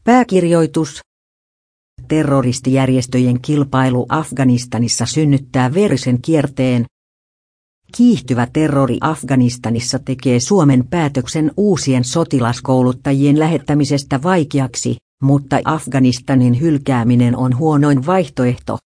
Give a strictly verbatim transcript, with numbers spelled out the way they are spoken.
Pääkirjoitus. Terroristijärjestöjen kilpailu Afganistanissa synnyttää verisen kierteen. Kiihtyvä terrori Afganistanissa tekee Suomen päätöksen uusien sotilaskouluttajien lähettämisestä vaikeaksi, mutta Afganistanin hylkääminen on huonoin vaihtoehto.